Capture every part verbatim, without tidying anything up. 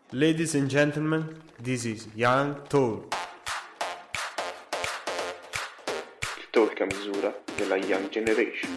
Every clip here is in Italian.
Ladies and gentlemen, this is Young Talk. Il talk a misura della Young Generation.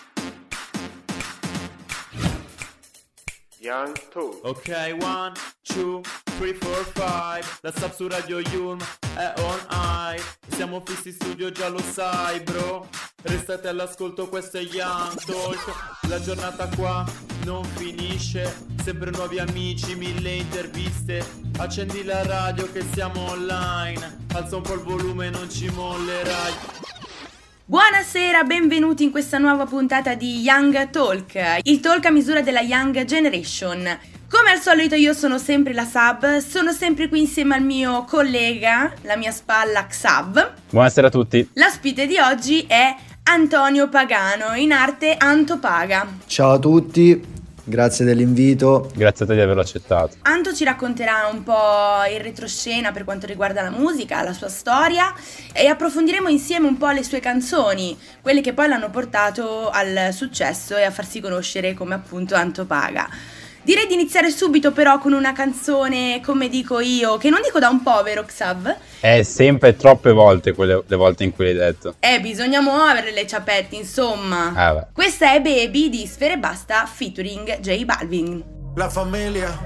Young Talk. Ok, one, two, three, four, five. La sub su Radio Yulm è on air. Siamo fissi in studio, già lo sai, bro. Restate all'ascolto, questo è Young Talk. La giornata qua non finisce. Sempre nuovi amici, mille interviste. Accendi la radio che siamo online. Alza un po' il volume, non ci mollerai. Buonasera, benvenuti in questa nuova puntata di Young Talk, il talk a misura della Young Generation. Come al solito io sono sempre la Sab, sono sempre qui insieme al mio collega, la mia spalla Xav. Buonasera a tutti. L'ospite di oggi è Antonio Pagano, in arte Anto Paga. Ciao a tutti. Grazie dell'invito. Grazie a te di averlo accettato. Anto ci racconterà un po' il retroscena per quanto riguarda la musica, la sua storia, e approfondiremo insieme un po' le sue canzoni, quelle che poi l'hanno portato al successo e a farsi conoscere come appunto Anto Paga. Direi di iniziare subito però con una canzone, come dico io, che non dico da un po', vero Xav? È sempre troppe volte quelle le volte in cui l'hai detto. Eh, bisogna muovere le ciapetti, insomma. Ah, beh. Questa è Baby di Sfera Ebbasta featuring J Balvin. La famiglia.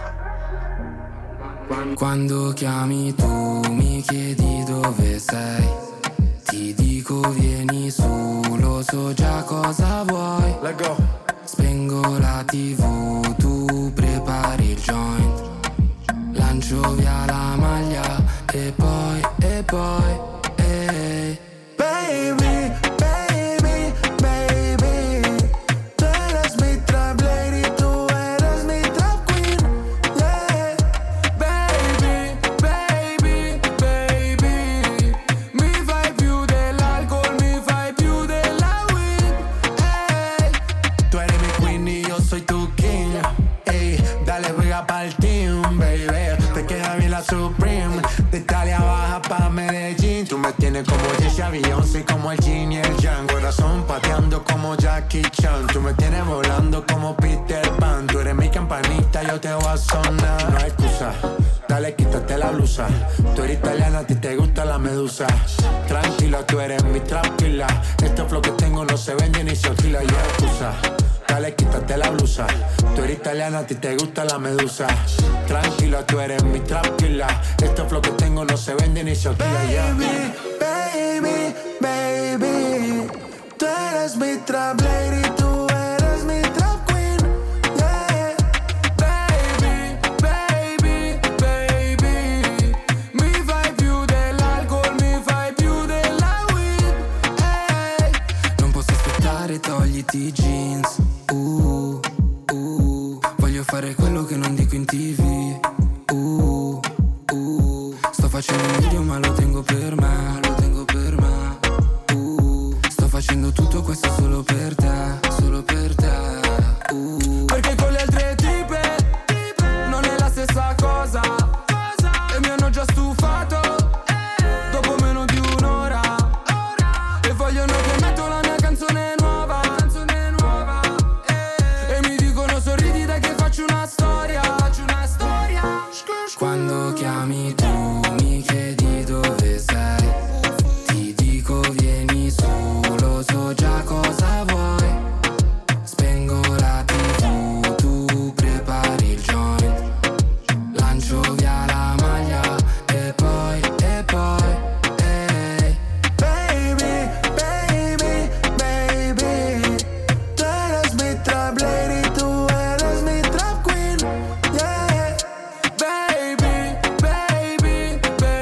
Quando chiami tu mi chiedi dove sei, ti dico vieni su, lo so già cosa vuoi. Let go. Spengo la tivù, tu prepari il joint, lancio via la maglia e poi, e poi, ehi. Baby, baby, baby, tú eres mi trap lady, tú eres mi trap queen, yeah. Baby, baby, baby, mi fai più dell'alcol, mi fai più della weed, ehi. Tú eres mi queen y yo soy tu king, ey. Dale juega pa'l team, baby. Te queda bien la Supreme, de Italia baja pa' Medellín. Tú me tienes como Jessie Beyoncé, como el Jin y el Yang. Corazón pateando como Jackie Chan. Tú me tienes volando como Peter Pan. Tú eres mi campanita, yo te voy a sonar. No hay excusa, dale quítate la blusa. Tú eres italiana, a ti te gusta la medusa. Tranquila, tú eres mi trap killer. Este flow que tengo no se vende ni se alquila. Y excusa, dale quítate la blusa. Tú eres italiana, a ti te gusta la medusa. Tranquila, tú eres mi trap killer. Este flow que tengo no se vende ni se alquila. Baby, baby, baby, tú eres mi trap lady, tú eres mi trap queen, yeah. Baby, baby, baby, mi fai più dell'alcol, mi fai più della weed, ehi. Non posso aspettare, togliti i jeans, uh, uh. Voglio fare quello che non dico in tivù, uh, uh. Sto facendo un video ma lo tengo per me, lo tengo per me, uh. Sto facendo tutto questo solo per te, solo per te, uh. Perché con le altre tipe non è la stessa cosa, e mi hanno già stufato dopo meno di un'ora, e vogliono che metto la mia canzone nuova, canzone nuova, e mi dicono sorridi dai che faccio una storia, faccio una storia. Quando chiami tu mi chiedi dove sei, ti dico vieni su, lo so già cosa vuoi. Spengo la tivù, tu prepari il joint, lancio via la maglia e poi, e poi, ehi. Baby, baby, baby, tú eres mi trap lady, tú eres mi trap queen, yeah. Baby, baby,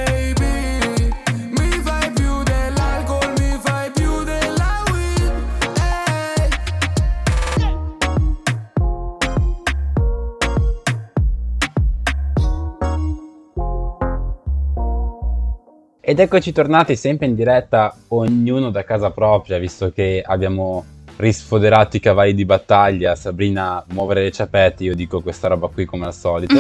baby, mi fai più dell'alcol, mi fai più della weed, ehi. Ed eccoci tornati sempre in diretta, ognuno da casa propria, visto che abbiamo risfoderati i cavalli di battaglia, Sabrina muovere le ciapetti, io dico questa roba qui come al solito.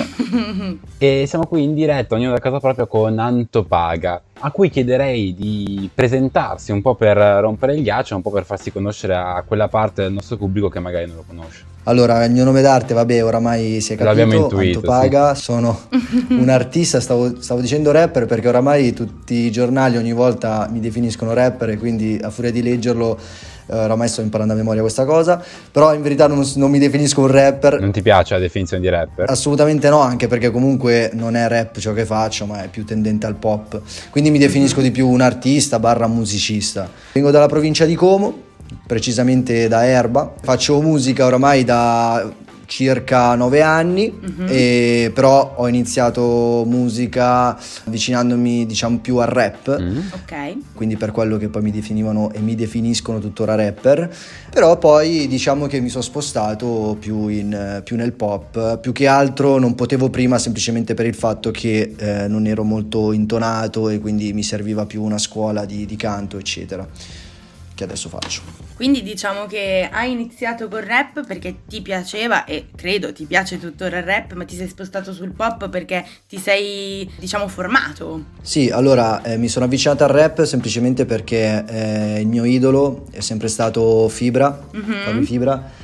E siamo qui in diretta, ognuno da casa propria, con Antopaga, a cui chiederei di presentarsi un po' per rompere il ghiaccio, un po' per farsi conoscere a quella parte del nostro pubblico che magari non lo conosce. Allora, il mio nome d'arte, vabbè, oramai si è capito, L'abbiamo intuito, Antopaga, sì. Sono un artista, stavo, stavo dicendo rapper perché oramai tutti i giornali ogni volta mi definiscono rapper e quindi a furia di leggerlo eh, oramai sto imparando a memoria questa cosa, però in verità non, non mi definisco un rapper. Non ti piace la definizione di rapper? Assolutamente no, anche perché comunque non è rap ciò che faccio, ma è più tendente al pop, quindi mi definisco di più un artista barra musicista. Vengo dalla provincia di Como, precisamente da Erba, faccio musica oramai da circa nove anni, uh-huh. e però ho iniziato musica avvicinandomi diciamo più al rap, uh-huh. Ok. Quindi per quello che poi mi definivano e mi definiscono tuttora rapper, però poi diciamo che mi sono spostato più, in, più nel pop, più che altro non potevo prima semplicemente per il fatto che eh, non ero molto intonato e quindi mi serviva più una scuola di, di canto eccetera, che adesso faccio. Quindi diciamo che hai iniziato col rap perché ti piaceva e credo ti piace tuttora il rap, ma ti sei spostato sul pop perché ti sei diciamo formato. Sì, allora eh, mi sono avvicinato al rap semplicemente perché eh, il mio idolo è sempre stato Fibra, mm-hmm. Fabio Fibra,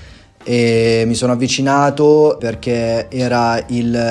e mi sono avvicinato perché era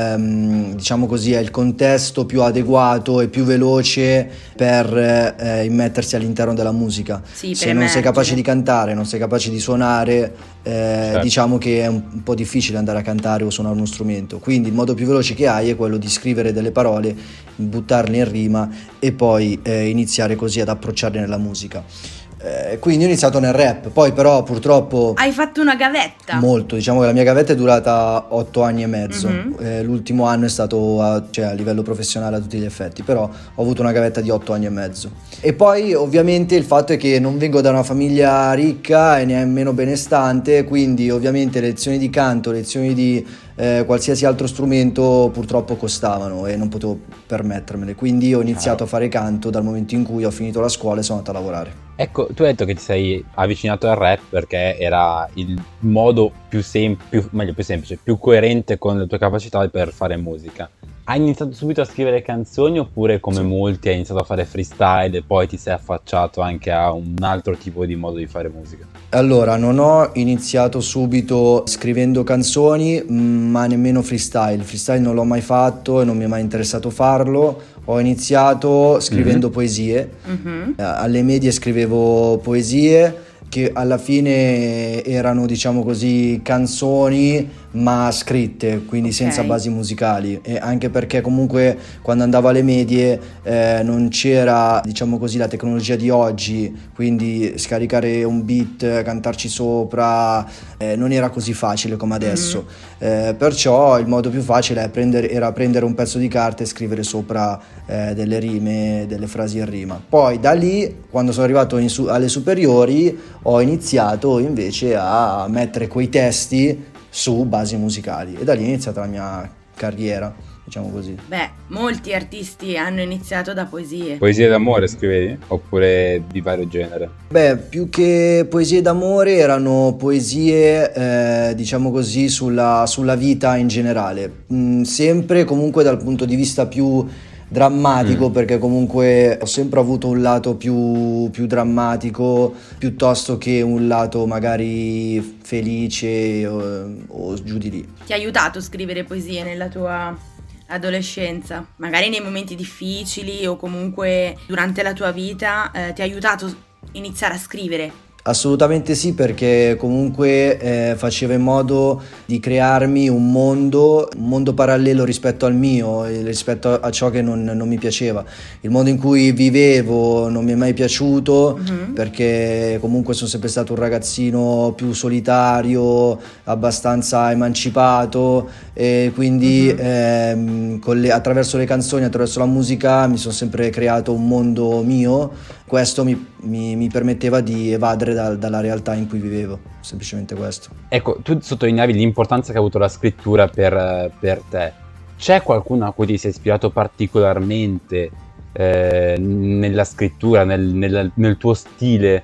il diciamo così il contesto più adeguato e più veloce per eh, immettersi all'interno della musica. Sì, se non sei capace di cantare, non sei capace di suonare, eh, certo. Diciamo che è un, un po' difficile andare a cantare o suonare uno strumento, quindi il modo più veloce che hai è quello di scrivere delle parole, buttarle in rima e poi eh, iniziare così ad approcciarle nella musica. Eh, quindi ho iniziato nel rap, poi però purtroppo hai fatto una gavetta molto, diciamo che la mia gavetta è durata otto anni e mezzo, mm-hmm. eh, l'ultimo anno è stato a, cioè, a livello professionale a tutti gli effetti, però ho avuto una gavetta di otto anni e mezzo. E poi ovviamente il fatto è che non vengo da una famiglia ricca e nemmeno benestante, quindi ovviamente lezioni di canto, lezioni di eh, qualsiasi altro strumento purtroppo costavano e non potevo permettermele, quindi ho iniziato a fare canto dal momento in cui ho finito la scuola e sono andato a lavorare. Ecco, tu hai detto che ti sei avvicinato al rap perché era il modo più, sem- più, meglio, più semplice, più coerente con le tue capacità per fare musica. Hai iniziato subito a scrivere canzoni oppure come sì. molti hai iniziato a fare freestyle e poi ti sei affacciato anche a un altro tipo di modo di fare musica? Allora, non ho iniziato subito scrivendo canzoni, ma nemmeno freestyle. Freestyle non l'ho mai fatto e non mi è mai interessato farlo. Ho iniziato scrivendo mm-hmm. poesie. Mm-hmm. Alle medie scrivevo poesie che alla fine erano, diciamo così, canzoni ma scritte, quindi okay. senza basi musicali, e anche perché comunque quando andavo alle medie eh, non c'era, diciamo così, la tecnologia di oggi, quindi scaricare un beat, cantarci sopra eh, non era così facile come adesso, mm-hmm. eh, perciò il modo più facile è prendere, era prendere un pezzo di carta e scrivere sopra eh, delle rime, delle frasi in rima. Poi da lì, quando sono arrivato in su- alle superiori, ho iniziato invece a mettere quei testi su basi musicali e da lì è iniziata la mia carriera, diciamo così. Beh, molti artisti hanno iniziato da poesie. Poesie d'amore scrivevi? Oppure di vario genere? Beh, più che poesie d'amore erano poesie, eh, diciamo così, sulla, sulla vita in generale, mm, sempre comunque dal punto di vista più drammatico, mm. perché comunque ho sempre avuto un lato più, più drammatico piuttosto che un lato magari felice o, o giù di lì. Ti ha aiutato a scrivere poesie nella tua adolescenza? Magari nei momenti difficili o comunque durante la tua vita eh, ti ha aiutato a iniziare a scrivere? Assolutamente sì, perché comunque eh, faceva in modo di crearmi un mondo, un mondo parallelo rispetto al mio, rispetto a ciò che non, non mi piaceva. Il mondo in cui vivevo non mi è mai piaciuto, mm-hmm. perché comunque sono sempre stato un ragazzino più solitario, abbastanza emancipato, e quindi mm-hmm. ehm, con le, attraverso le canzoni, attraverso la musica mi sono sempre creato un mondo mio. Questo mi, mi, mi permetteva di evadere da, dalla realtà in cui vivevo, semplicemente questo. Ecco, tu sottolineavi l'importanza che ha avuto la scrittura per, per te. C'è qualcuno a cui ti sei ispirato particolarmente eh, nella scrittura, nel, nel, nel tuo stile,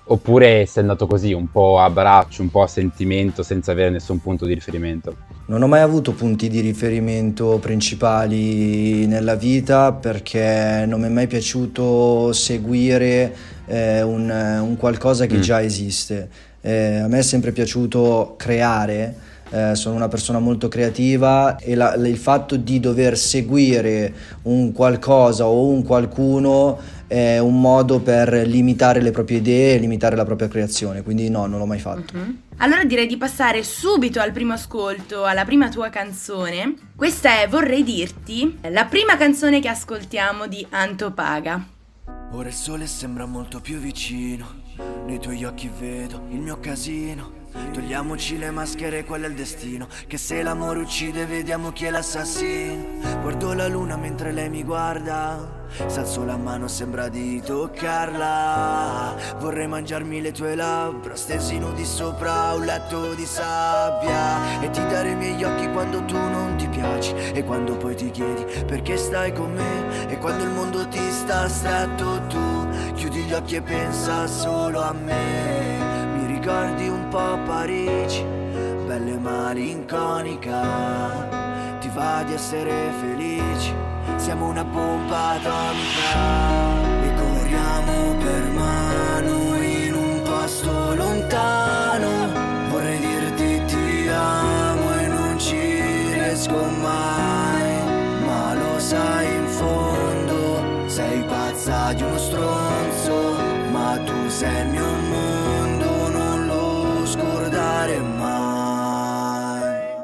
Oppure sei andato così, un po' a braccio, un po' a sentimento, senza avere nessun punto di riferimento? Non ho mai avuto punti di riferimento principali nella vita perché non mi è mai piaciuto seguire eh, un, un qualcosa che Mm. già esiste. Eh, a me è sempre piaciuto creare. Eh, sono una persona molto creativa e la- il fatto di dover seguire un qualcosa o un qualcuno è un modo per limitare le proprie idee e limitare la propria creazione, quindi no, non l'ho mai fatto. Mhm. Allora direi di passare subito al primo ascolto, alla prima tua canzone. Questa è Vorrei dirti, la prima canzone che ascoltiamo di Anto Paga. Ora il sole sembra molto più vicino, nei tuoi occhi vedo il mio casino. Togliamoci le maschere, quello è il destino, che se l'amore uccide vediamo chi è l'assassino. Guardo la luna mentre lei mi guarda, s'alzo la mano sembra di toccarla. Vorrei mangiarmi le tue labbra, stesi nudi sopra un letto di sabbia, e ti dare i miei occhi quando tu non ti piaci, e quando poi ti chiedi perché stai con me, e quando il mondo ti sta stretto tu chiudi gli occhi e pensa solo a me. Mi ricordi un po' Parigi, bella e malinconica, ti va di essere felici, siamo una bomba atomica, e corriamo per mano in un posto lontano. Vorrei dirti ti amo e non ci riesco mai, ma lo sai in fondo sei pazza di uno stronzo, ma tu sei il mio mondo, non lo scordare mai.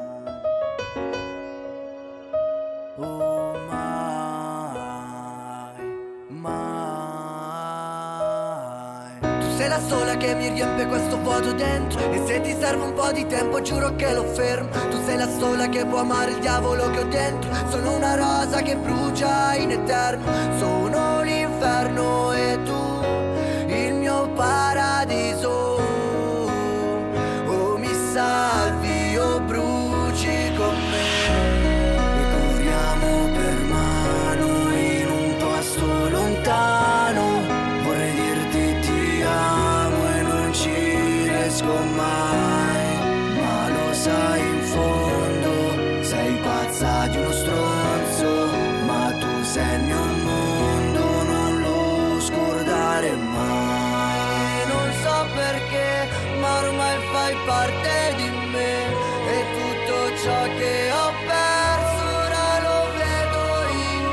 Oh mai, mai. Tu sei la sola che mi riempie questo vuoto dentro, e se ti serve un po' di tempo giuro che lo fermo. Tu sei la sola che può amare il diavolo che ho dentro. Sono una rosa che brucia in eterno, sono l'inferno e tu il mio paradiso. O mi salvi o bruci con me, e corriamo per mano in un posto lontano. Vorrei dirti ti amo e non ci riesco mai, ma lo sai in fondo sei pazza di uno stronzo, ma tu sei il mio mondo, non lo scordare mai. Non so perché, ma ormai fai parte di me, e tutto ciò che ho perso ora lo vedo in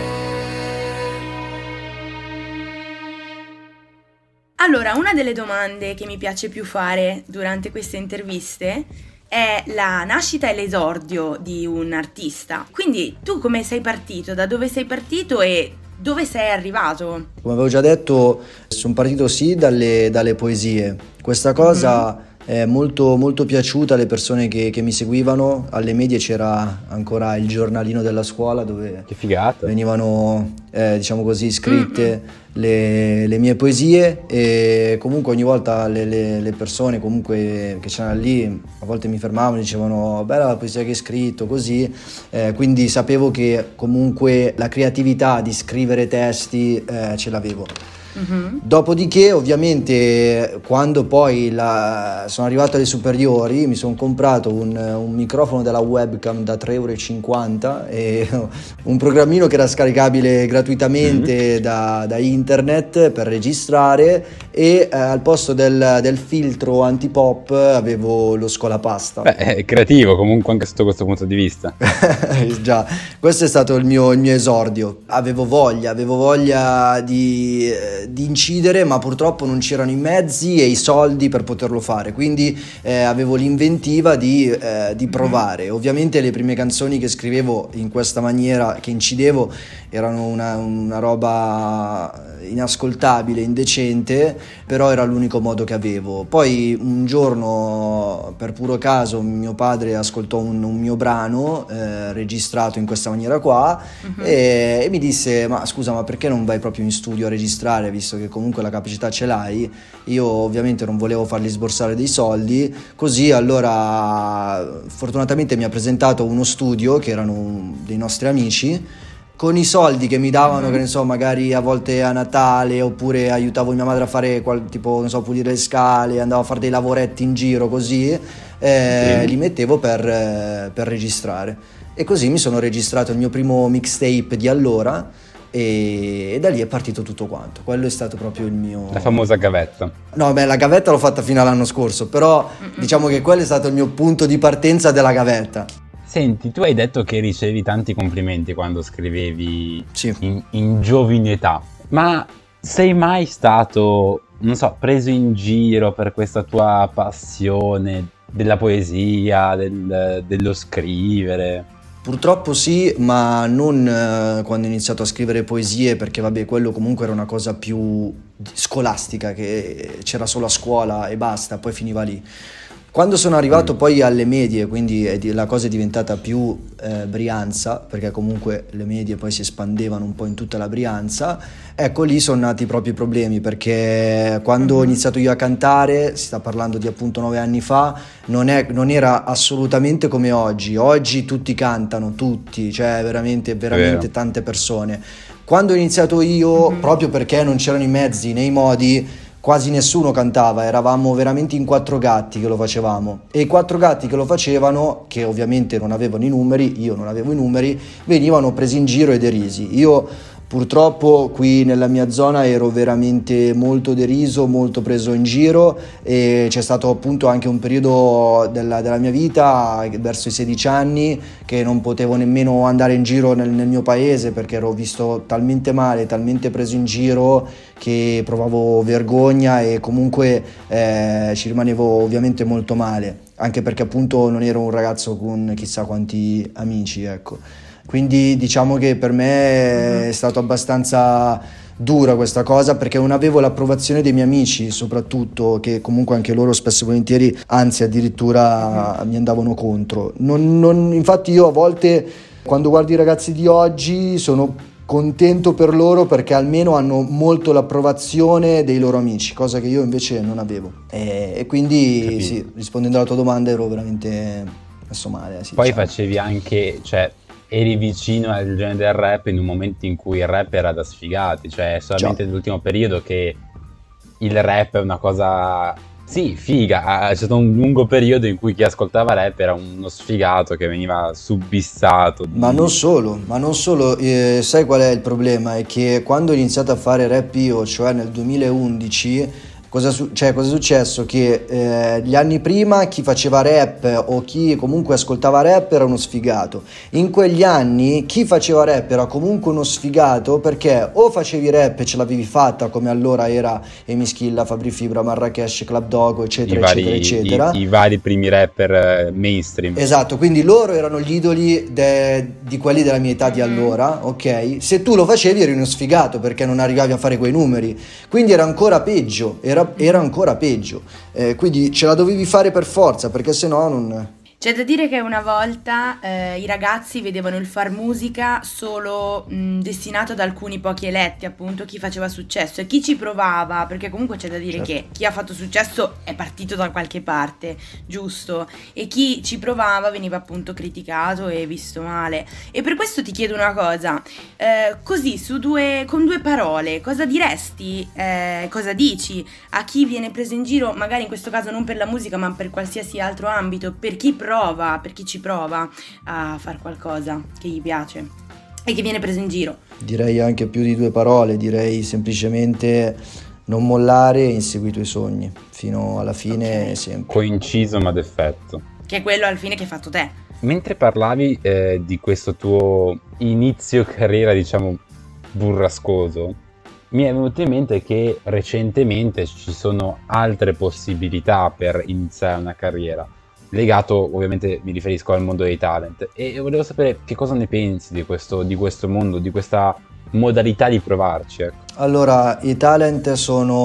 te. Allora, una delle domande che mi piace più fare durante queste interviste è la nascita e l'esordio di un artista. Quindi tu come sei partito? Da dove sei partito e dove sei arrivato? Come avevo già detto, sono partito sì dalle, dalle poesie. Questa cosa è molto, molto piaciuta alle persone che, che mi seguivano. Alle medie c'era ancora il giornalino della scuola dove Che figata. venivano, eh, diciamo così, scritte le, le mie poesie, e comunque ogni volta le, le- le persone comunque che c'erano lì a volte mi fermavano e dicevano bella la poesia che hai scritto, così. Eh, quindi sapevo che comunque la creatività di scrivere testi eh, ce l'avevo. Mhm. Dopodiché, ovviamente, quando poi la- sono arrivato alle superiori, mi sono comprato un, un microfono della webcam da tre euro e cinquanta e un programmino che era scaricabile gratuitamente da, da internet per registrare, e eh, al posto del, del filtro antipop avevo lo scolapasta. Beh, è creativo comunque anche sotto questo punto di vista. Già, questo è stato il mio, il mio esordio. Avevo voglia, avevo voglia di, eh, di incidere, ma purtroppo non c'erano i mezzi e i soldi per poterlo fare, quindi eh, avevo l'inventiva di, eh, di provare. Ovviamente le prime canzoni che scrivevo in questa maniera, che incidevo, erano una, una roba inascoltabile, indecente, però era l'unico modo che avevo. Poi un giorno, per puro caso, mio padre ascoltò un, un mio brano eh, registrato in questa maniera qua, e, e mi disse ma scusa, ma perché non vai proprio in studio a registrare, visto che comunque la capacità ce l'hai? Io ovviamente non volevo fargli sborsare dei soldi, così allora fortunatamente mi ha presentato uno studio che erano un- dei nostri amici, con i soldi che mi davano, che ne so, magari a volte a Natale, oppure aiutavo mia madre a fare qual, tipo, non so, pulire le scale, andavo a fare dei lavoretti in giro così, eh, Sì. li mettevo per, eh, per registrare. E così mi sono registrato il mio primo mixtape di allora e, e da lì è partito tutto quanto. Quello è stato proprio il mio... La famosa gavetta. No, beh, la gavetta l'ho fatta fino all'anno scorso, però diciamo che quello è stato il mio punto di partenza della gavetta. Senti, tu hai detto che ricevi tanti complimenti quando scrivevi Sì. in, in giovine età, ma sei mai stato, non so, preso in giro per questa tua passione della poesia, del- dello scrivere? Purtroppo sì, ma non eh, quando ho iniziato a scrivere poesie, perché vabbè, quello comunque era una cosa più scolastica, che c'era solo a scuola e basta, poi finiva lì. Quando sono arrivato poi alle medie, quindi è di- la cosa è diventata più eh, Brianza, perché comunque le medie poi si espandevano un po' in tutta la Brianza, ecco lì sono nati proprio i problemi, perché quando ho iniziato io a cantare, si sta parlando di appunto nove anni fa, non, è- non era assolutamente come oggi. Oggi tutti cantano, tutti, cioè veramente, veramente Vero. tante persone. Quando ho iniziato io, proprio perché non c'erano i mezzi né i modi, quasi nessuno cantava, eravamo veramente in quattro gatti che lo facevamo, e i quattro gatti che lo facevano, che ovviamente non avevano i numeri, io non avevo i numeri, venivano presi in giro e derisi. Io purtroppo qui nella mia zona ero veramente molto deriso, molto preso in giro, e c'è stato appunto anche un periodo della, della mia vita, verso i sedici anni, che non potevo nemmeno andare in giro nel, nel mio paese, perché ero visto talmente male, talmente preso in giro, che provavo vergogna e comunque eh, ci rimanevo ovviamente molto male, anche perché appunto non ero un ragazzo con chissà quanti amici, ecco. Quindi diciamo che per me è stato abbastanza dura questa cosa, perché non avevo l'approvazione dei miei amici, soprattutto, che comunque anche loro spesso e volentieri, anzi addirittura mi andavano contro. Non, non- infatti io a volte, quando guardo i ragazzi di oggi, sono contento per loro, perché almeno hanno molto l'approvazione dei loro amici, cosa che io invece non avevo. E, e quindi Capito. sì, rispondendo alla tua domanda, ero veramente messo male. Sì, Poi diciamo. facevi anche, cioè, eri vicino al genere del rap in un momento in cui il rap era da sfigati, cioè è solamente Già. nell'ultimo periodo che il rap è una cosa, sì, figa. Ah, c'è stato un lungo periodo in cui chi ascoltava rap era uno sfigato che veniva subissato. Ma non solo, ma non solo, eh, sai qual è il problema? È che quando ho iniziato a fare rap io, cioè nel duemilaundici, cosa, su- cioè, cosa è successo? Che eh, gli anni prima chi faceva rap o chi comunque ascoltava rap era uno sfigato. In quegli anni chi faceva rap era comunque uno sfigato, perché o facevi rap e ce l'avevi fatta, come allora era Emi Schilla, Fabri Fibra, Marrakesh, Club Dogo, I eccetera, vari, eccetera, eccetera. i, i vari primi rapper eh, mainstream. Esatto, quindi loro erano gli idoli de- di quelli della mia età di allora, ok? Se tu lo facevi eri uno sfigato, perché non arrivavi a fare quei numeri, quindi era ancora peggio, era, era ancora peggio. Eh, quindi ce la dovevi fare per forza, perché sennò non... C'è da dire che una volta eh, i ragazzi vedevano il far musica solo mh, destinato ad alcuni pochi eletti, appunto chi faceva successo, e chi ci provava, perché comunque c'è da dire Certo. che chi ha fatto successo è partito da qualche parte, giusto? E chi ci provava veniva appunto criticato e visto male. E per questo ti chiedo una cosa, eh, così su due, con due parole, cosa diresti, eh, cosa dici a chi viene preso in giro, magari in questo caso non per la musica ma per qualsiasi altro ambito, per chi prova, per chi ci prova a fare qualcosa che gli piace e che viene preso in giro? Direi anche più di due parole, direi semplicemente non mollare e insegui i tuoi sogni, fino alla fine, Ok. sempre. Coinciso ma d'effetto. Che è quello al fine che hai fatto te. Mentre parlavi eh, di questo tuo inizio carriera, diciamo, burrascoso, mi è venuto in mente che recentemente ci sono altre possibilità per iniziare una carriera. Legato, ovviamente mi riferisco al mondo dei talent, e volevo sapere che cosa ne pensi di questo, di questo mondo, di questa modalità di provarci, ecco. Allora, i talent sono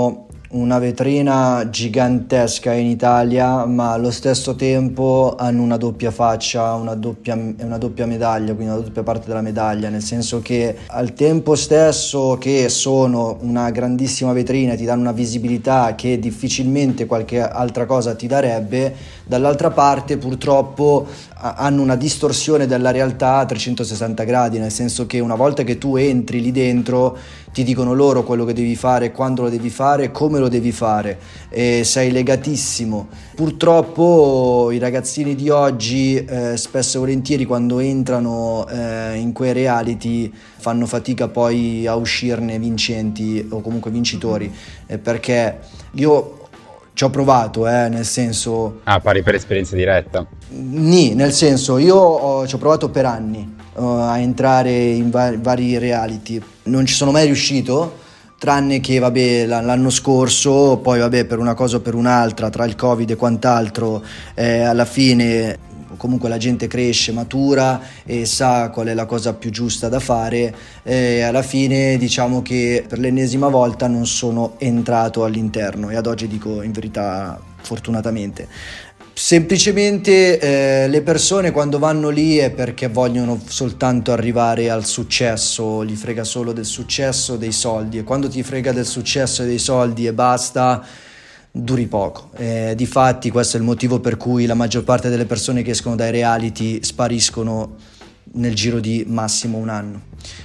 una vetrina gigantesca in Italia, ma allo stesso tempo hanno una doppia faccia, una doppia, una doppia medaglia, quindi una doppia parte della medaglia, nel senso che al tempo stesso che sono una grandissima vetrina e ti danno una visibilità che difficilmente qualche altra cosa ti darebbe, dall'altra parte purtroppo hanno una distorsione della realtà a trecentosessanta gradi, nel senso che una volta che tu entri lì dentro ti dicono loro quello che devi fare, quando lo devi fare, come lo devi fare, e sei legatissimo. Purtroppo i ragazzini di oggi eh, spesso e volentieri quando entrano eh, in quei reality fanno fatica poi a uscirne vincenti o comunque vincitori, eh, perché io ci ho provato, eh, nel senso... Ah, pari per esperienza diretta? Nì, nel senso, io ho, ci ho provato per anni uh, a entrare in va- vari reality. Non ci sono mai riuscito, tranne che, vabbè, l'anno scorso, poi, vabbè, per una cosa o per un'altra, tra il Covid e quant'altro, eh, alla fine... comunque la gente cresce, matura e sa qual è la cosa più giusta da fare, e alla fine diciamo che per l'ennesima volta non sono entrato all'interno, e ad oggi dico in verità fortunatamente. Semplicemente eh, le persone quando vanno lì è perché vogliono soltanto arrivare al successo, gli frega solo del successo, dei soldi, e quando ti frega del successo e dei soldi e basta, duri poco. Eh, difatti questo è il motivo per cui la maggior parte delle persone che escono dai reality spariscono nel giro di massimo un anno.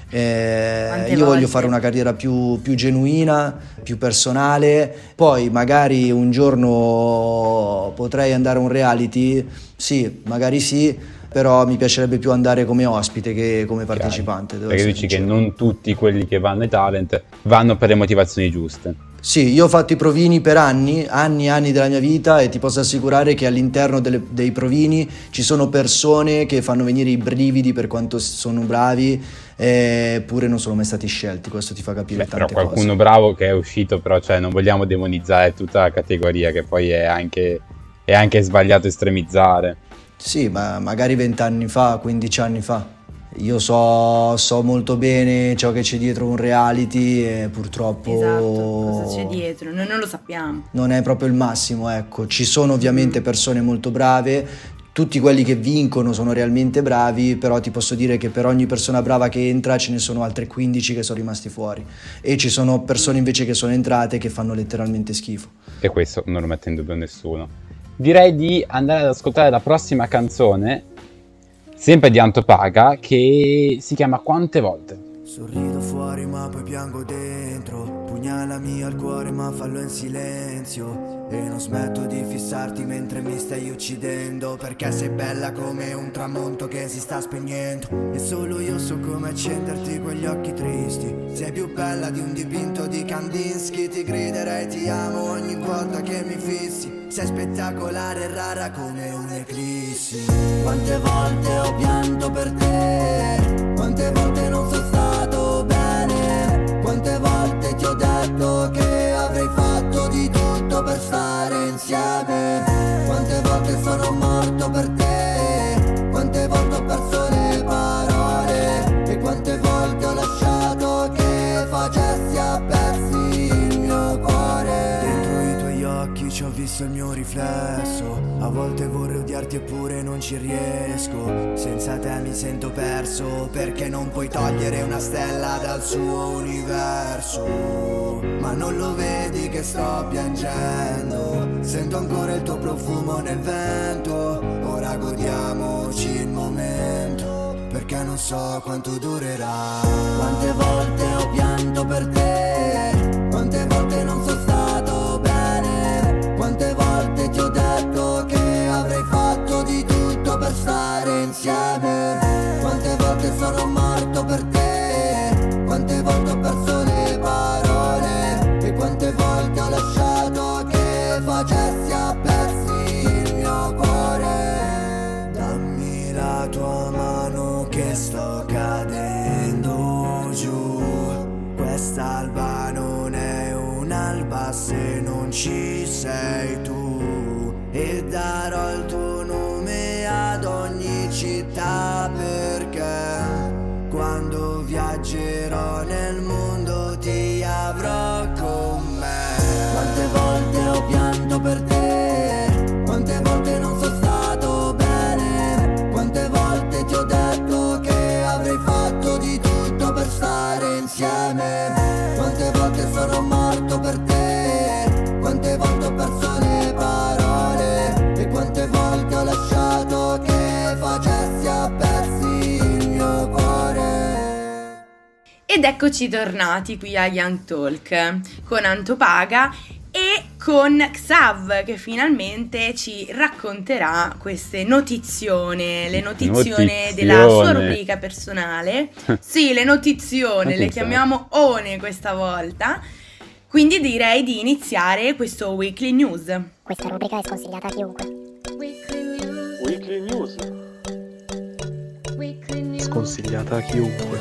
Eh, io voglio fare una carriera più, più genuina, più personale, poi magari un giorno potrei andare a un reality, sì, magari sì, però mi piacerebbe più andare come ospite che come partecipante. Perché dici che non tutti quelli che vanno ai talent vanno per le motivazioni giuste. Sì, io ho fatto i provini per anni, anni e anni della mia vita, e ti posso assicurare che all'interno delle, dei provini ci sono persone che fanno venire i brividi per quanto sono bravi, eppure non sono mai stati scelti. Questo ti fa capire. Beh, tante però qualcuno cose. Bravo che è uscito, però cioè non vogliamo demonizzare tutta la categoria, che poi è anche, è anche sbagliato estremizzare. Sì, ma magari vent'anni fa, quindici anni fa. Io so, so molto bene ciò che c'è dietro un reality, e purtroppo... Esatto, cosa c'è dietro, noi non lo sappiamo. Non è proprio il massimo, ecco. Ci sono ovviamente persone molto brave, tutti quelli che vincono sono realmente bravi, però ti posso dire che per ogni persona brava che entra ce ne sono altre quindici che sono rimasti fuori, e ci sono persone invece che sono entrate che fanno letteralmente schifo. E questo non lo mette in dubbio nessuno. Direi di andare ad ascoltare la prossima canzone, sempre di Anto Paga, che si chiama Quante volte. Sorrido fuori ma poi piango dentro, pugnalami al cuore ma fallo in silenzio, e non smetto di fissarti mentre mi stai uccidendo, perché sei bella come un tramonto che si sta spegnendo, e solo io so come accenderti quegli occhi tristi. Sei più bella di un dipinto di Kandinsky, ti griderei ti amo ogni volta che mi fissi. Sei spettacolare e rara come un'eclissi. Quante volte ho pianto per te, quante volte non sono stato bene, quante volte ti ho detto che avrei fatto di tutto per stare insieme, quante volte sono morto per te, quante volte ho perso le parole, e quante volte ho lasciato che facessi a pezzi il mio cuore. Dentro i tuoi occhi ci ho visto il mio riflesso, a volte vorrei odiarti eppure non ci riesco, senza te mi sento perso, perché non puoi togliere una stella dal suo universo. Ma non lo vedi che sto piangendo, sento ancora il tuo profumo nel vento, ora godiamoci il momento, perché non so quanto durerà. Quante volte ho pianto per te, quante volte non sono stato bene, quante volte ti ho detto che avrei fatto di tutto per stare insieme, quante volte sono morto per te, quante volte ho perso le parole, e quante volte ho lasciato che facessi a pezzi il mio cuore. Dammi la tua mano che sto cadendo giù, quest'alba non è un'alba se non ci sei tu, e darò il tuo nome ad ogni città, perché quando viaggerò nel mondo ti avrò con me. Quante morto per te. Quante volte non sono stato bene, quante volte ti ho detto che avrei fatto di tutto per stare insieme. Quante volte sono morto per te, quante volte ho perso le parole e quante volte ho lasciato che facessi a pezzi il mio cuore. Ed eccoci tornati qui a Young Talk con Anto Paga e con Xav, che finalmente ci racconterà queste notizione, le notizione, Notizione. della sua rubrica personale. Sì, le notizione, le Notizione. chiamiamo One questa volta. Quindi direi di iniziare questo Weekly News. Questa rubrica è sconsigliata a chiunque. Weekly News. Sconsigliata a chiunque.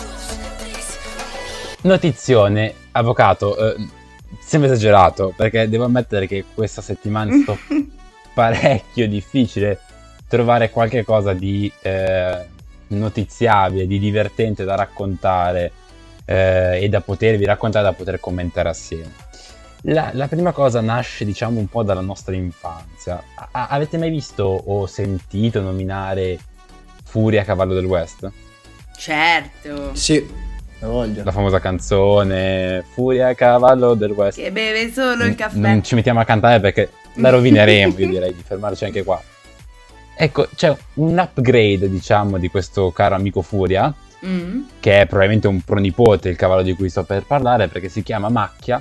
Notizione, avvocato, eh, sembra esagerato, perché devo ammettere che questa settimana è stato parecchio difficile trovare qualche cosa di eh, notiziabile, di divertente da raccontare eh, e da potervi raccontare, da poter commentare assieme. La, la prima cosa nasce, diciamo, un po' dalla nostra infanzia. A- avete mai visto o sentito nominare Furia a cavallo del West? Certo, Sì, la voglia. La famosa canzone Furia a cavallo del West. che beve solo il caffè. Non ci mettiamo a cantare perché la rovineremo, io direi di fermarci anche qua. Ecco, c'è un upgrade, diciamo, di questo caro amico Furia, Mm. che è probabilmente un pronipote, il cavallo di cui sto per parlare, perché si chiama Macchia,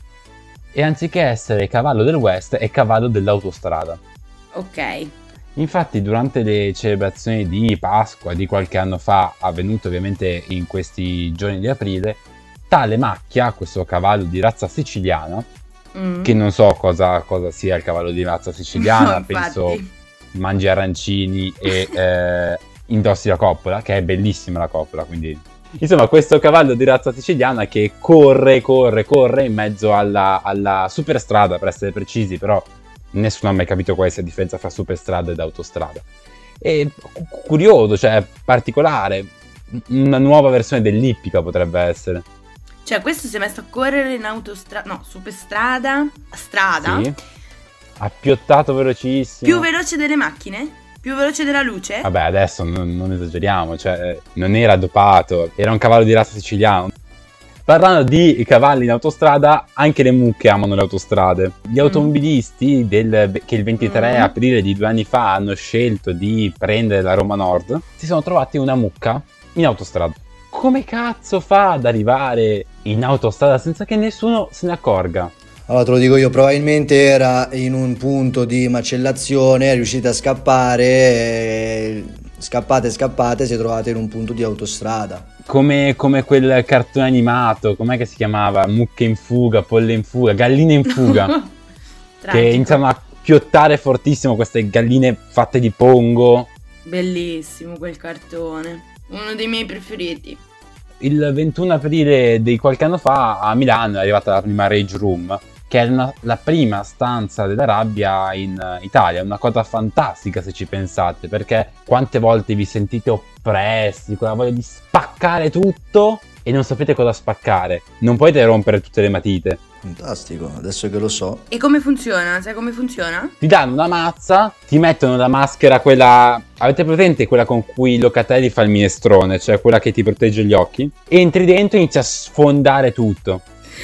e anziché essere cavallo del West è cavallo dell'autostrada. Ok. Infatti durante le celebrazioni di Pasqua di qualche anno fa, avvenute ovviamente in questi giorni di aprile, tale Macchia, questo cavallo di razza siciliana, Mm. che non so cosa, cosa sia il cavallo di razza siciliana, No, infatti. penso mangi arancini e eh, indossi la coppola, che è bellissima la coppola, quindi... Insomma, questo cavallo di razza siciliana che corre, corre, corre in mezzo alla, alla superstrada, per essere precisi, però nessuno ha mai capito quale sia la differenza fra superstrada ed autostrada. E cu- curioso, cioè particolare, una nuova versione dell'ippica potrebbe essere. Cioè, questo si è messo a correre in autostrada, no, superstrada, strada, Sì, appiottato velocissimo. più veloce delle macchine? Più veloce della luce? Vabbè, adesso non, non esageriamo, cioè non era dopato, era un cavallo di razza siciliano. Parlando di cavalli in autostrada, anche le mucche amano le autostrade. Gli automobilisti del, che il ventitré Mm. aprile di due anni fa hanno scelto di prendere la Roma Nord, si sono trovati una mucca in autostrada. Come cazzo fa ad arrivare in autostrada senza che nessuno se ne accorga? Allora te lo dico io, probabilmente era in un punto di macellazione, è riuscita a scappare, e scappate scappate, si è trovata in un punto di autostrada. Come, come quel cartone animato, com'è che si chiamava? Mucche in fuga, polle in fuga, galline in fuga. Che Tragico. iniziano a piottare fortissimo queste galline fatte di pongo. Bellissimo quel cartone, uno dei miei preferiti. Il ventuno aprile di qualche anno fa a Milano è arrivata la prima Rage Room, che è una- la prima stanza della rabbia in eh, Italia. È una cosa fantastica se ci pensate, perché quante volte vi sentite oppressi, con la voglia di spaccare tutto e non sapete cosa spaccare. Non potete rompere tutte le matite. Fantastico, adesso che lo so. E come funziona? Sai come funziona? Ti danno una mazza, ti mettono la maschera, quella... Avete presente quella con cui Locatelli fa il minestrone, cioè quella che ti protegge gli occhi? Entri dentro e inizi a sfondare tutto.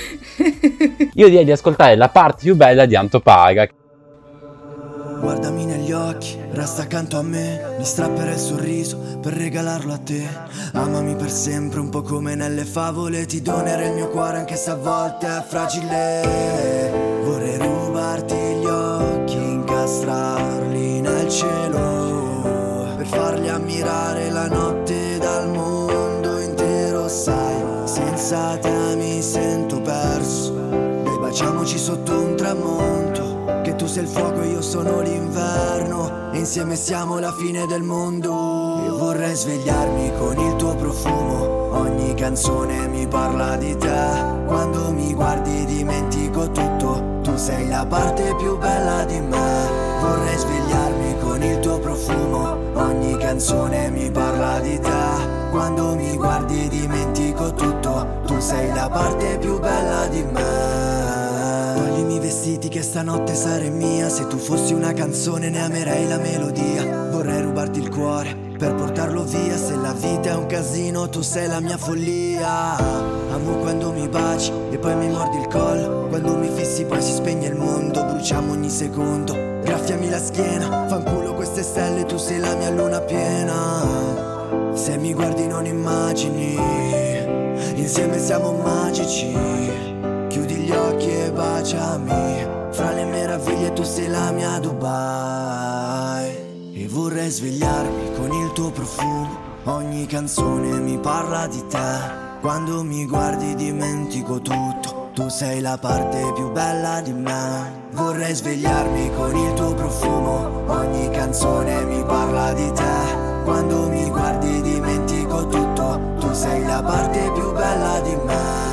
Io direi di ascoltare la parte più bella di Anto Paga. Guardami negli occhi, resta accanto a me. Mi strapperei il sorriso per regalarlo a te. Amami per sempre, un po' come nelle favole. Ti donerei il mio cuore anche se a volte è fragile. Vorrei rubarti gli occhi, incastrarli nel cielo, per farli ammirare la notte dal mondo intero. Sai, senza te mi sento perso. Dai, baciamoci sotto un tramonto, che tu sei il fuoco e io sono l'inverno, e insieme siamo la fine del mondo. E vorrei svegliarmi con il tuo profumo, ogni canzone mi parla di te. Quando mi guardi dimentico tutto, tu sei la parte più bella di me. Vorrei svegliarmi con il tuo profumo, ogni canzone mi parla di te. Quando mi guardi dimentico tutto, tu sei la parte più bella di me. Toglimi i vestiti che stanotte sarei mia. Se tu fossi una canzone ne amerei la melodia. Vorrei rubarti il cuore per portarlo via. Se la vita è un casino tu sei la mia follia. Amo quando mi baci e poi mi mordi il collo. Quando mi fissi poi si spegne il mondo. Bruciamo ogni secondo, graffiami la schiena. Fanculo queste stelle, tu sei la mia luna piena. Se mi guardi non immagini, insieme siamo magici. Chiudi gli occhi e baciami. Fra le meraviglie tu sei la mia Dubai. E vorrei svegliarmi con il tuo profumo. Ogni canzone mi parla di te. Quando mi guardi dimentico tutto. Tu sei la parte più bella di me. Vorrei svegliarmi con il tuo profumo. Ogni canzone mi parla di te. Quando mi guardi dimentico tutto. Tu sei la parte più bella di me.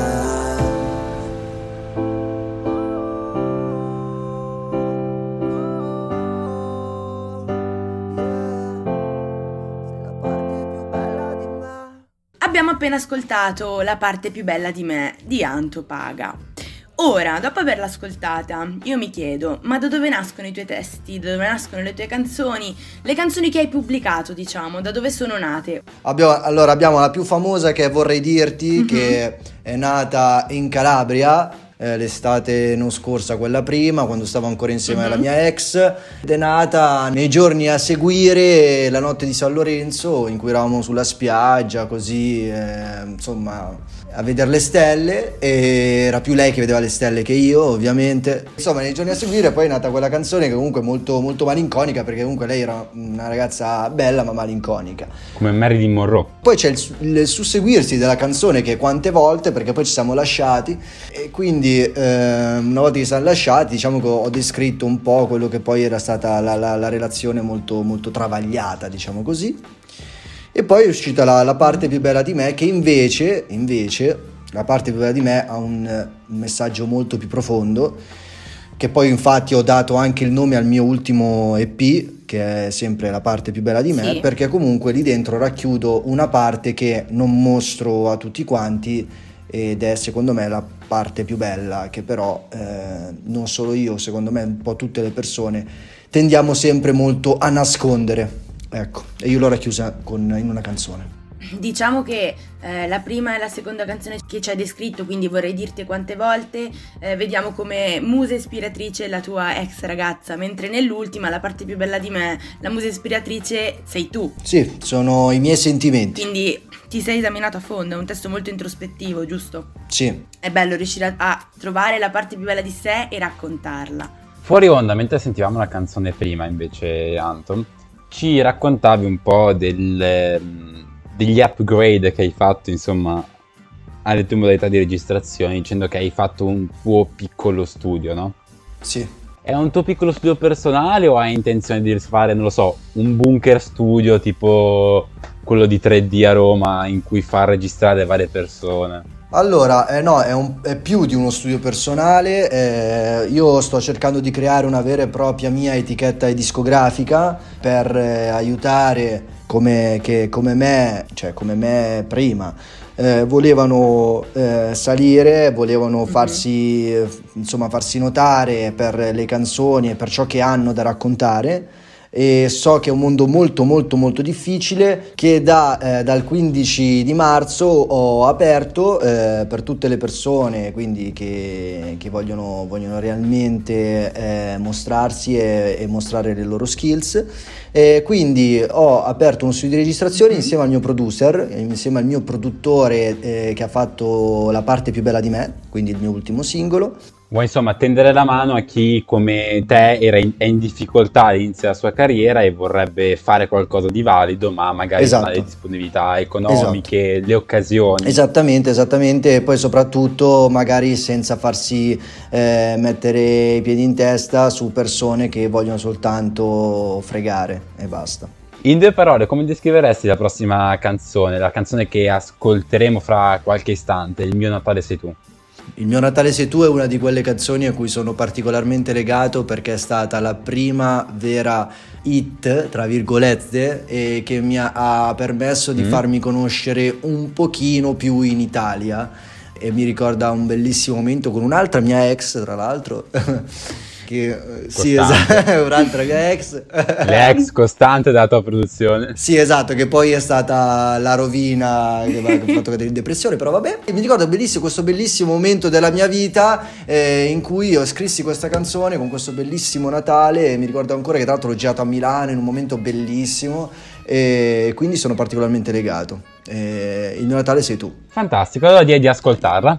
Abbiamo appena ascoltato La parte più bella di me di Anto Paga. Ora, dopo averla ascoltata, io mi chiedo, ma da dove nascono i tuoi testi? Da dove nascono le tue canzoni? Le canzoni che hai pubblicato, diciamo, da dove sono nate? Abbiamo, allora abbiamo la più famosa che Vorrei dirti, mm-hmm. che è nata in Calabria. Eh, l'estate non scorsa, quella prima, quando stavo ancora insieme mm-hmm. alla mia ex, ed è nata nei giorni a seguire la notte di San Lorenzo, in cui eravamo sulla spiaggia così, eh, insomma, a vedere le stelle, e era più lei che vedeva le stelle che io, ovviamente. Insomma, nei giorni a seguire poi è nata quella canzone che comunque è molto, molto malinconica, perché comunque lei era una ragazza bella ma malinconica, come Marilyn Monroe. Poi c'è il, il susseguirsi della canzone, che quante volte, perché poi ci siamo lasciati, e quindi eh, una volta che ci siamo lasciati, diciamo che ho descritto un po' quello che poi era stata la, la, la relazione molto, molto travagliata, diciamo così. E poi è uscita la, la parte più bella di me, che invece, invece la parte più bella di me ha un, un messaggio molto più profondo, che poi infatti ho dato anche il nome al mio ultimo E P, che è sempre La parte più bella di me, sì. Perché comunque lì dentro racchiudo una parte che non mostro a tutti quanti, ed è secondo me la parte più bella, che però eh, non solo io, secondo me un po' tutte le persone tendiamo sempre molto a nascondere. Ecco, e io l'ho racchiusa con, in una canzone. Diciamo che eh, la prima e la seconda canzone che ci hai descritto, quindi Vorrei dirti quante volte, eh, vediamo come musa ispiratrice la tua ex ragazza, mentre nell'ultima, La parte più bella di me, la musa ispiratrice sei tu. Sì, sono i miei sentimenti. Quindi ti sei esaminato a fondo, è un testo molto introspettivo, giusto? Sì. È bello riuscire a, a trovare la parte più bella di sé e raccontarla. Fuori onda, mentre sentivamo la canzone prima, invece, Anton, ci raccontavi un po' del, degli upgrade che hai fatto, insomma, alle tue modalità di registrazione, dicendo che hai fatto un tuo piccolo studio, no? Sì. È un tuo piccolo studio personale o hai intenzione di fare, non lo so, un bunker studio tipo quello di tre D a Roma, in cui far registrare varie persone? Allora, eh, no, è, un, è più di uno studio personale. Eh, io sto cercando di creare una vera e propria mia etichetta discografica per eh, aiutare come, che, come me, cioè come me prima, eh, volevano eh, salire, volevano mm-hmm. farsi, eh, insomma, farsi notare per le canzoni e per ciò che hanno da raccontare. E so che è un mondo molto molto molto difficile, che da, eh, dal quindici di marzo ho aperto eh, per tutte le persone, quindi che, che vogliono, vogliono realmente eh, mostrarsi e, e mostrare le loro skills. E quindi ho aperto uno studio di registrazione mm-hmm. insieme al mio producer, insieme al mio produttore eh, che ha fatto La parte più bella di me, quindi il mio ultimo singolo. Vuoi insomma tendere la mano a chi come te era in, è in difficoltà all'inizio della sua carriera e vorrebbe fare qualcosa di valido, ma magari esatto. non ha le disponibilità economiche, esatto. le occasioni. Esattamente, esattamente, e poi soprattutto magari senza farsi eh, mettere i piedi in testa su persone che vogliono soltanto fregare e basta. In due parole, come descriveresti la prossima canzone, la canzone che ascolteremo fra qualche istante, Il mio Natale sei tu? Il mio Natale sei tu è una di quelle canzoni a cui sono particolarmente legato, perché è stata la prima vera hit, tra virgolette, e che mi ha permesso di mm. farmi conoscere un pochino più in Italia. e mi ricorda un bellissimo momento con un'altra mia ex, tra l'altro. Che, eh, sì, esatto, un'altra mia ex. Le ex costante della tua produzione. Sì, esatto, che poi è stata la rovina che mi ha fatto cadere in depressione, però vabbè. E mi ricordo bellissimo questo bellissimo momento della mia vita eh, in cui io scrissi questa canzone con questo bellissimo Natale, e mi ricordo ancora che tra l'altro l'ho girato a Milano in un momento bellissimo, e quindi sono particolarmente legato. E il mio Natale sei tu. Fantastico, allora direi di ascoltarla.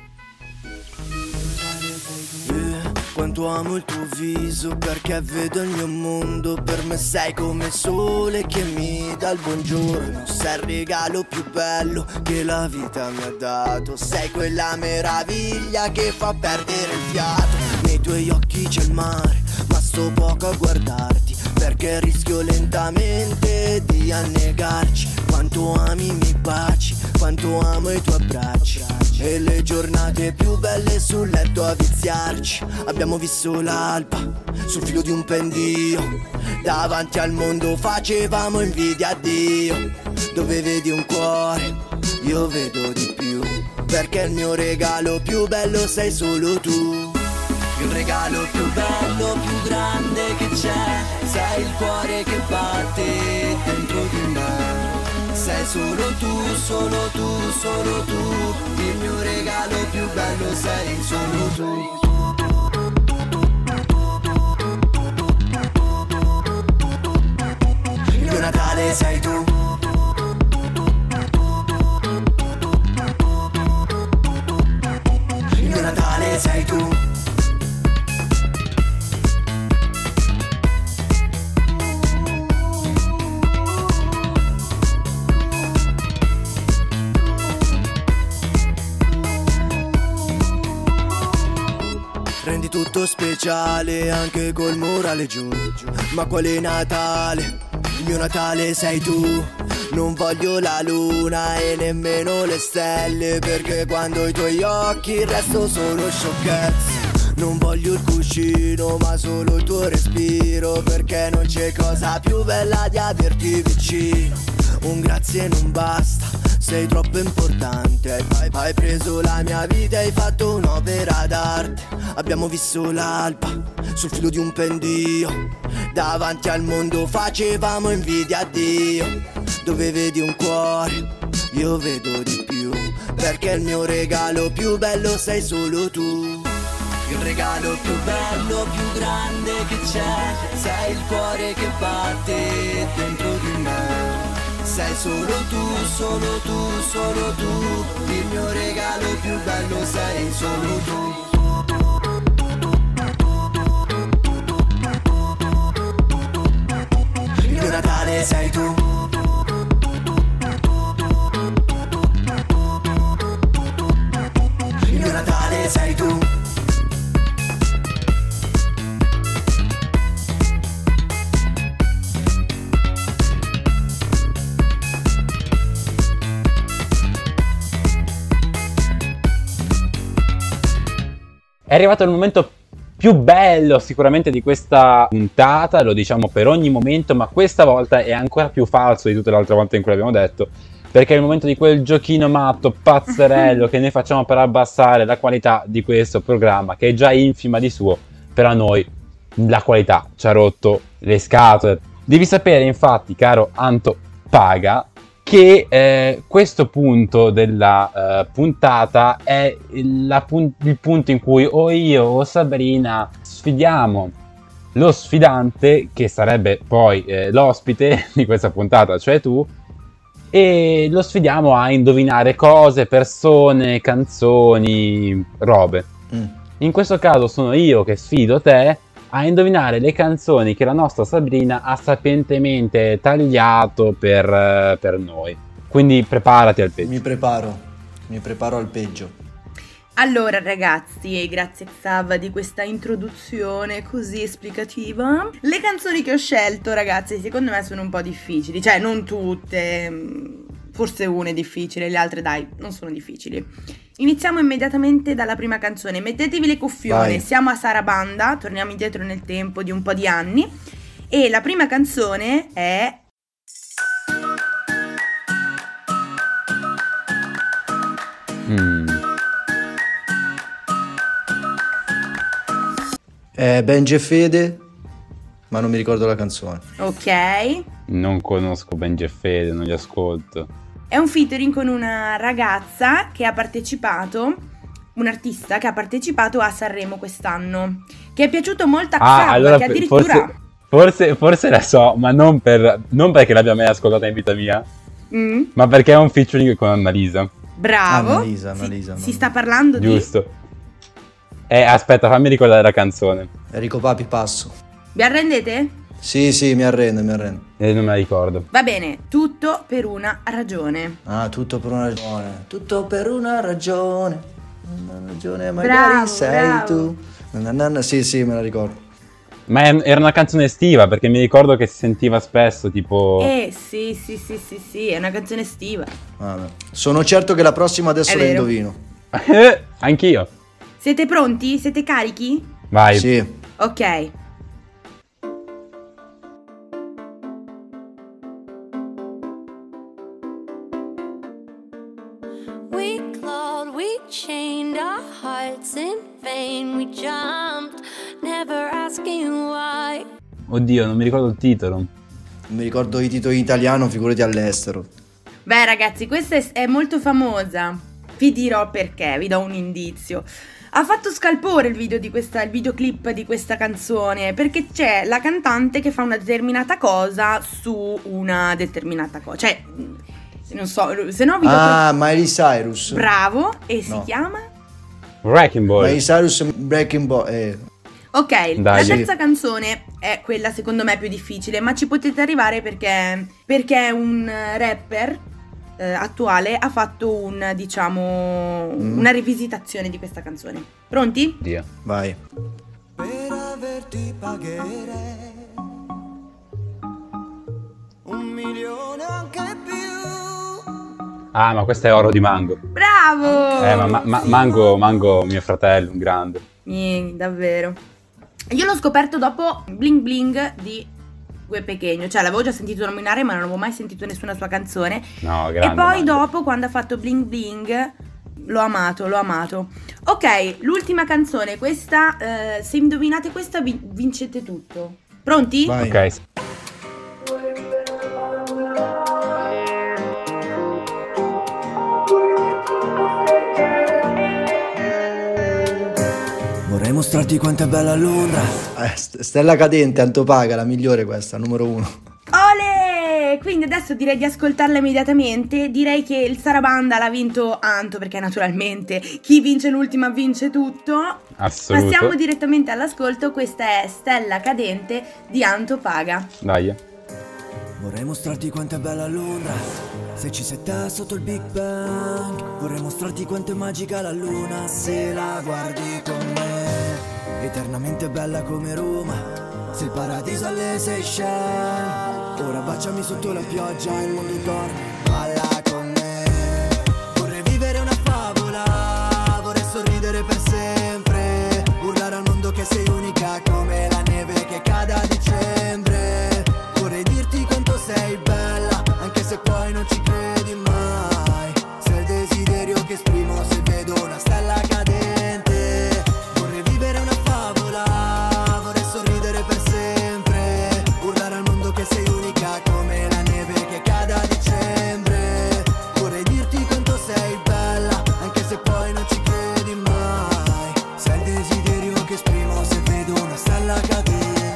Quanto amo il tuo viso perché vedo il mio mondo. Per me sei come il sole che mi dà il buongiorno. Sei il regalo più bello che la vita mi ha dato. Sei quella meraviglia che fa perdere il fiato. Nei tuoi occhi c'è il mare, ma sto poco a guardarti, perché rischio lentamente di annegarci. Quanto ami i miei baci, quanto amo i tuoi abbracci, e le giornate più belle sul letto a viziarci. Abbiamo visto l'alba sul filo di un pendio, davanti al mondo facevamo invidia a Dio. Dove vedi un cuore, io vedo di più, perché il mio regalo più bello sei solo tu. Il regalo più bello, più grande che c'è, sei il cuore che batte dentro di me. Sei solo tu, solo tu, solo tu. Il mio regalo più bello sei solo tu. Il mio Natale sei tu. Il mio Natale sei tu. Rendi tutto speciale anche col morale giù. Ma quale Natale? Il mio Natale sei tu. Non voglio la luna e nemmeno le stelle, perché quando i tuoi occhi resto solo sciocchezze. Non voglio il cuscino ma solo il tuo respiro, perché non c'è cosa più bella di averti vicino. Un grazie non basta, sei troppo importante. Hai, hai preso la mia vita e hai fatto un'opera d'arte. Abbiamo visto l'alba sul filo di un pendio, davanti al mondo facevamo invidia a Dio. Dove vedi un cuore, io vedo di più, perché il mio regalo più bello sei solo tu. Il regalo più bello, più grande che c'è, sei il cuore che batte dentro di me. Sei solo tu, solo tu, solo tu. Il mio regalo più bello sei solo tu. Il mio Natale sei tu. Il mio Natale sei tu. È arrivato il momento più bello sicuramente di questa puntata, lo diciamo per ogni momento, ma questa volta è ancora più falso di tutte le altre volte in cui l'abbiamo detto, perché è il momento di quel giochino matto, pazzerello, che noi facciamo per abbassare la qualità di questo programma, che è già infima di suo, però a noi la qualità ci ha rotto le scatole. Devi sapere infatti, caro Anto Paga, che eh, questo punto della eh, puntata è il, pun- il punto in cui o io o Sabrina sfidiamo lo sfidante, che sarebbe poi eh, l'ospite di questa puntata, cioè tu, e lo sfidiamo a indovinare cose, persone, canzoni, robe. Mm. In questo caso sono io che sfido te a indovinare le canzoni che la nostra Sabrina ha sapientemente tagliato per, per noi. Quindi preparati al peggio. Mi preparo, mi preparo al peggio. Allora ragazzi, grazie Xav di questa introduzione così esplicativa. Le canzoni che ho scelto, ragazzi, secondo me sono un po' difficili. Cioè, non tutte, forse una è difficile, le altre dai, non sono difficili. Iniziamo immediatamente dalla prima canzone. Mettetevi le cuffione. Vai. Siamo a Sarabanda, torniamo indietro nel tempo di un po' di anni. E la prima canzone è... Mm. È Benji e Fede, ma non mi ricordo la canzone. Ok. Non conosco Benji e Fede, non li ascolto. È un featuring con una ragazza che ha partecipato, un artista che ha partecipato a Sanremo quest'anno, che è piaciuto molto a Ah, Xav, allora che addirittura... forse, forse, forse la so, ma non, per, non perché l'abbia mai ascoltata in vita mia, Mm, ma perché è un featuring con Annalisa. bravo. Annalisa, Annalisa, Si, no. si sta parlando di... Giusto. Eh, aspetta, fammi ricordare la canzone. Enrico Papi, passo. Vi arrendete? Sì, sì, mi arrendo, mi arrendo. Eh, non me la ricordo. Va bene, tutto per una ragione. Ah, tutto per una ragione. Tutto per una ragione. Una ragione magari Bravo, sei bravo. tu. Na, na, na. Sì, sì, me la ricordo. Ma è- era una canzone estiva, perché mi ricordo che si sentiva spesso, tipo... Eh sì, sì, sì, sì, sì, è una canzone estiva. Vabbè. Sono certo che la prossima adesso È la vero. indovino. Eh, anch'io. Siete pronti? Siete carichi? Vai. Sì. Ok. We clawed, we chained our hearts in vain. We jumped, never asking why. Oddio, non mi ricordo il titolo. Non mi ricordo i titoli in italiano, figurati all'estero. Beh ragazzi, questa è, è molto famosa. Vi dirò perché, vi do un indizio. Ha fatto scalpore il video di questa, il videoclip di questa canzone, perché c'è la cantante che fa una determinata cosa su una determinata cosa. Cioè, non so, se no vi do... Ah, Miley Cyrus. Bravo, e si No. chiama? Wrecking Ball. Miley Cyrus Breaking Ball. Eh. Ok, Dai. la terza canzone è quella secondo me più difficile, ma ci potete arrivare perché, perché un rapper eh, attuale ha fatto un, diciamo, Mm. una rivisitazione di questa canzone. Pronti? Oddio. Vai. Per averti pagherei un milione anche più. Ah, ma questo è Oro di Mango. Bravo! Eh, ma, ma- ma- Mango, Mango, mio fratello, un grande. Niente, davvero. Io l'ho scoperto dopo Bling Bling di Gue Pequeno, cioè l'avevo già sentito nominare ma non avevo mai sentito nessuna sua canzone. No, grande. E poi Mango. dopo, quando ha fatto Bling Bling, l'ho amato, l'ho amato. Ok, l'ultima canzone, questa, eh, se indovinate questa vi- vincete tutto. Pronti? Vai. Ok. Vorrei mostrarti quanto è bella Londra. Eh, St- Stella Cadente, Antopaga, la migliore questa, numero uno. Ole! Quindi adesso direi di ascoltarla immediatamente. Direi che il Sarabanda l'ha vinto Anto, perché naturalmente chi vince l'ultima vince tutto. Assoluto. Passiamo direttamente all'ascolto. Questa è Stella Cadente di Anto Paga. Dai. Vorrei mostrarti quanto è bella Londra. Se ci setta sotto il Big Bang. Vorrei mostrarti quanto è magica la luna se la guardi con me. Eternamente bella come Roma. Se il paradiso alle Seychelles. Ora baciami sotto la pioggia, il mondo dorme. Balla con me. Vorrei vivere una favola. Vorrei sorridere per sempre. Urlare al mondo che sei unica come la neve che cade a dicembre. Vorrei dirti quanto sei bella, anche se poi non ci credi mai. Sei il desiderio che esprimo se vedo una stella cadente. Vorrei vivere una favola, vorrei sorridere per sempre. Urlare al mondo che sei unica come la neve che cade a dicembre. Vorrei dirti quanto sei bella, anche se poi non ci credi mai. Sei il desiderio che esprimo se vedo una stella cadente.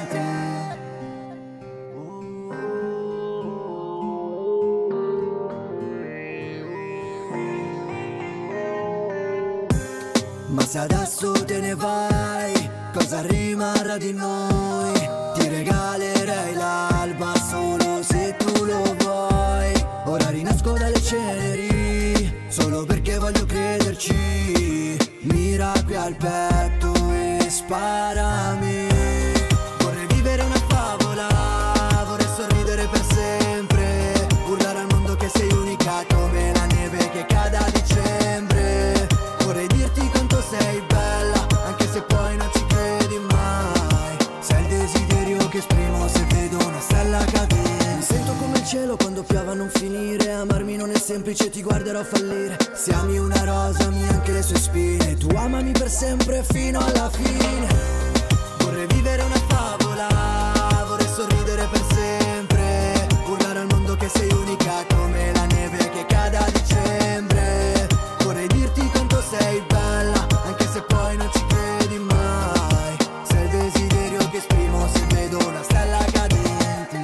Ma se adesso te ne vai, cosa rimarrà di noi? Ti regalerei l'alba solo se tu lo vuoi. Ora rinasco dalle ceneri, solo perché voglio crederci. Mira qui al petto e sparami. Vorrei vivere una favola, vorrei sorridere per sempre. Urlare al mondo che sei unica come la neve che cade a dicembre. Vorrei dirti quanto sei bella, anche se poi non ci credi mai. Sei il desiderio che esprimo se vedo una stella cadente. Mi sento come il cielo quando piove a non finire. Amarmi non è semplice, ti guarderò fallire. Se ami una rosa, ami anche le sue spine. Tu amami per sempre fino alla fine. Vorrei vivere una favola, vorrei sorridere per sempre, urlare al mondo che sei unica come la neve che cade a dicembre. Vorrei dirti quanto sei bella, anche se poi non ci credi mai. Sei il desiderio che esprimo se vedo una stella cadente.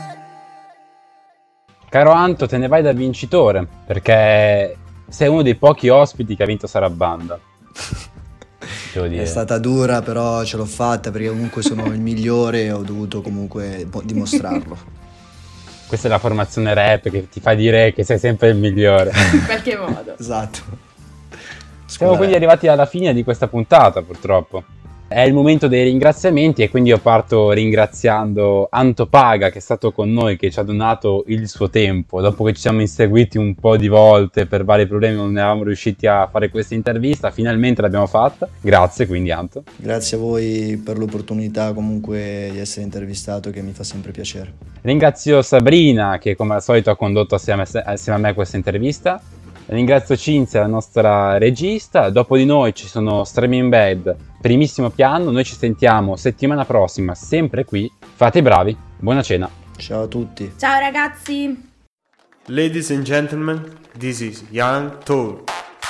Caro Anto, te ne vai da vincitore, perché sei uno dei pochi ospiti che ha vinto Sarabanda. Devo dire. È stata dura, però ce l'ho fatta perché comunque sono il migliore e ho dovuto comunque po- dimostrarlo. Questa è la formazione rap che ti fa dire che sei sempre il migliore. In qualche modo. Esatto. Siamo quindi arrivati alla fine di questa puntata, purtroppo. È il momento dei ringraziamenti e quindi io parto ringraziando Anto Paga, che è stato con noi, che ci ha donato il suo tempo. Dopo che ci siamo inseguiti un po' di volte per vari problemi, non eravamo riusciti a fare questa intervista, finalmente l'abbiamo fatta. Grazie quindi Anto. Grazie a voi per l'opportunità comunque di essere intervistato, che mi fa sempre piacere. Ringrazio Sabrina, che come al solito ha condotto assieme a, assieme a me questa intervista. Ringrazio Cinzia, la nostra regista. Dopo di noi ci sono Streaming Bad, primissimo piano. Noi ci sentiamo settimana prossima, sempre qui. Fate i bravi, buona cena. Ciao a tutti. Ciao ragazzi. Ladies and gentlemen, this is Young Talk.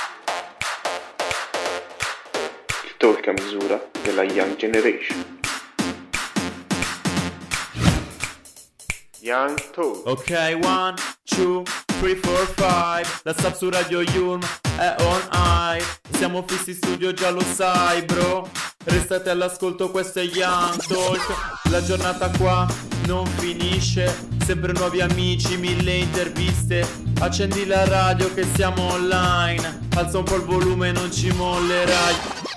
Il talk a misura della Young Generation. Young Talk. Ok, one, two, three, four, five. La Sub su Radio Yulm è on air. Siamo fissi in studio, già lo sai, bro. Restate all'ascolto, questo è Young Talk. La giornata qua non finisce. Sempre nuovi amici, mille interviste. Accendi la radio che siamo online. Alza un po' il volume, non ci mollerai.